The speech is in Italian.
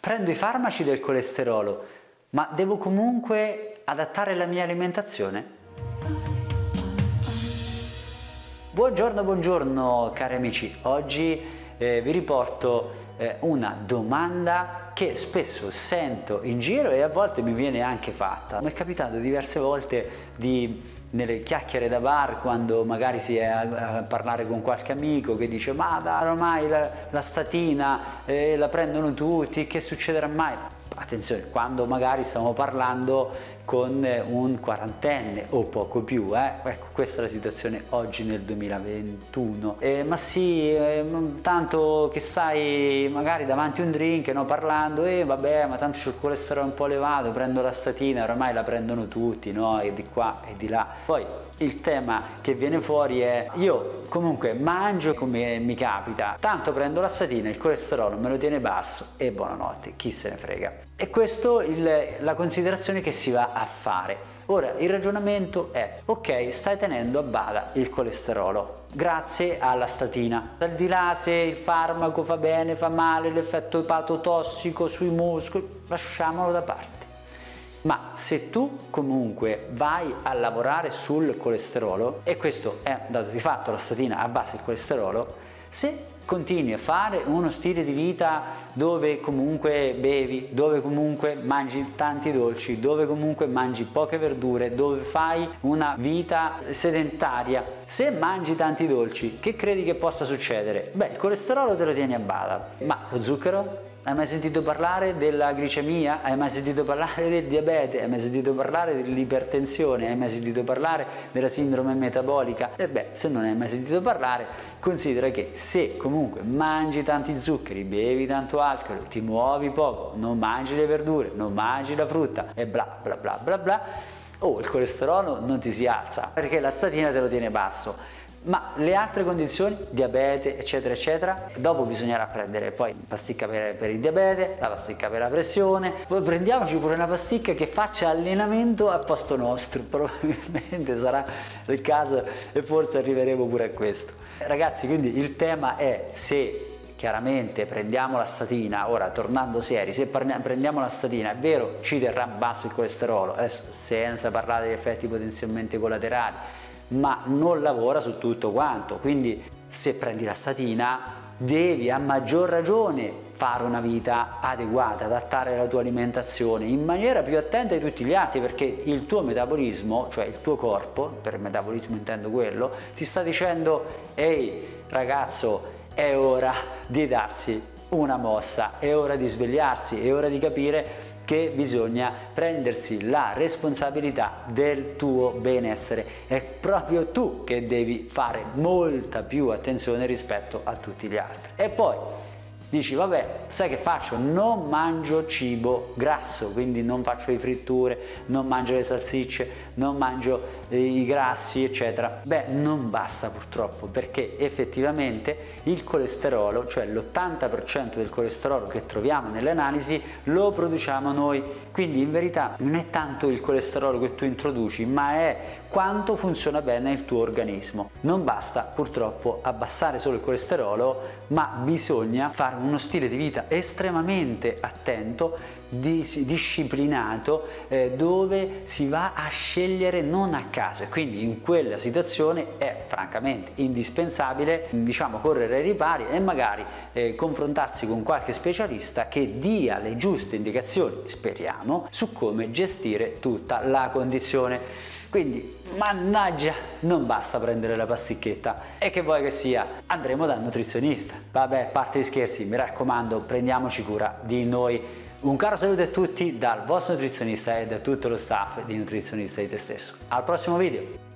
prendo i farmaci del colesterolo, ma devo comunque adattare la mia alimentazione? Buongiorno cari amici, oggi vi riporto una domanda che spesso sento in giro e a volte mi viene anche fatta. Mi è capitato diverse volte nelle chiacchiere da bar, quando magari si è a parlare con qualche amico che dice ma ormai la statina la prendono tutti, che succederà mai? Attenzione, quando magari stiamo parlando con un quarantenne o poco più, ecco, questa è la situazione oggi nel 2021. Ma sì, tanto che stai magari davanti a un drink, no, parlando, vabbè, ma tanto c'ho il colesterolo un po' elevato, prendo la statina, ormai la prendono tutti, no, e di qua e di là. Poi il tema che viene fuori è: io comunque mangio come mi capita, tanto prendo la statina, il colesterolo me lo tiene basso e buonanotte, chi se ne frega. E questo la considerazione che si va a fare. Ora, il ragionamento è: ok, stai tenendo a bada il colesterolo grazie alla statina, al di là se il farmaco fa bene, fa male, l'effetto epatotossico sui muscoli, lasciamolo da parte. Ma se tu comunque vai a lavorare sul colesterolo, e questo è un dato di fatto, la statina abbassa il colesterolo, se continui a fare uno stile di vita dove comunque bevi, dove comunque mangi tanti dolci, dove comunque mangi poche verdure, dove fai una vita sedentaria, se mangi tanti dolci, che credi che possa succedere? Beh, il colesterolo te lo tieni a bada, ma lo zucchero? Hai mai sentito parlare della glicemia? Hai mai sentito parlare del diabete? Hai mai sentito parlare dell'ipertensione? Hai mai sentito parlare della sindrome metabolica? E beh, se non hai mai sentito parlare, considera che se comunque mangi tanti zuccheri, bevi tanto alcol, ti muovi poco, non mangi le verdure, non mangi la frutta e bla bla bla bla bla, il colesterolo non ti si alza perché la statina te lo tiene basso. Ma le altre condizioni, diabete eccetera eccetera, dopo bisognerà prendere poi pasticca per il diabete, la pasticca per la pressione, poi prendiamoci pure una pasticca che faccia allenamento al posto nostro, probabilmente sarà il caso e forse arriveremo pure a questo. Ragazzi, quindi il tema è: se chiaramente prendiamo la statina, ora tornando seri, se prendiamo la statina, è vero, ci terrà basso il colesterolo, adesso senza parlare degli effetti potenzialmente collaterali, ma non lavora su tutto quanto. Quindi se prendi la statina devi a maggior ragione fare una vita adeguata, adattare la tua alimentazione in maniera più attenta di tutti gli altri, perché il tuo metabolismo, cioè il tuo corpo, per metabolismo intendo quello, ti sta dicendo: ehi ragazzo, è ora di darsi una mossa, è ora di svegliarsi, è ora di capire che bisogna prendersi la responsabilità del tuo benessere. È proprio tu che devi fare molta più attenzione rispetto a tutti gli altri. E poi dici: vabbè, sai che faccio? Non mangio cibo grasso, quindi non faccio le fritture, non mangio le salsicce, non mangio i grassi eccetera. Beh, non basta purtroppo, perché effettivamente il colesterolo, cioè l'80% del colesterolo che troviamo nelle analisi, lo produciamo noi. Quindi in verità non è tanto il colesterolo che tu introduci, ma è quanto funziona bene il tuo organismo. Non basta purtroppo abbassare solo il colesterolo, ma bisogna fare uno stile di vita estremamente attento, disciplinato, dove si va a scegliere non a caso, e quindi in quella situazione è francamente indispensabile, diciamo, correre ai ripari e magari confrontarsi con qualche specialista che dia le giuste indicazioni, speriamo, su come gestire tutta la condizione. Quindi, mannaggia, non basta prendere la pasticchetta, e che vuoi che sia, andremo dal nutrizionista. Vabbè, a parte gli scherzi, mi raccomando, prendiamoci cura di noi. Un caro saluto a tutti dal vostro nutrizionista e da tutto lo staff di Nutrizionista di te stesso. Al prossimo video!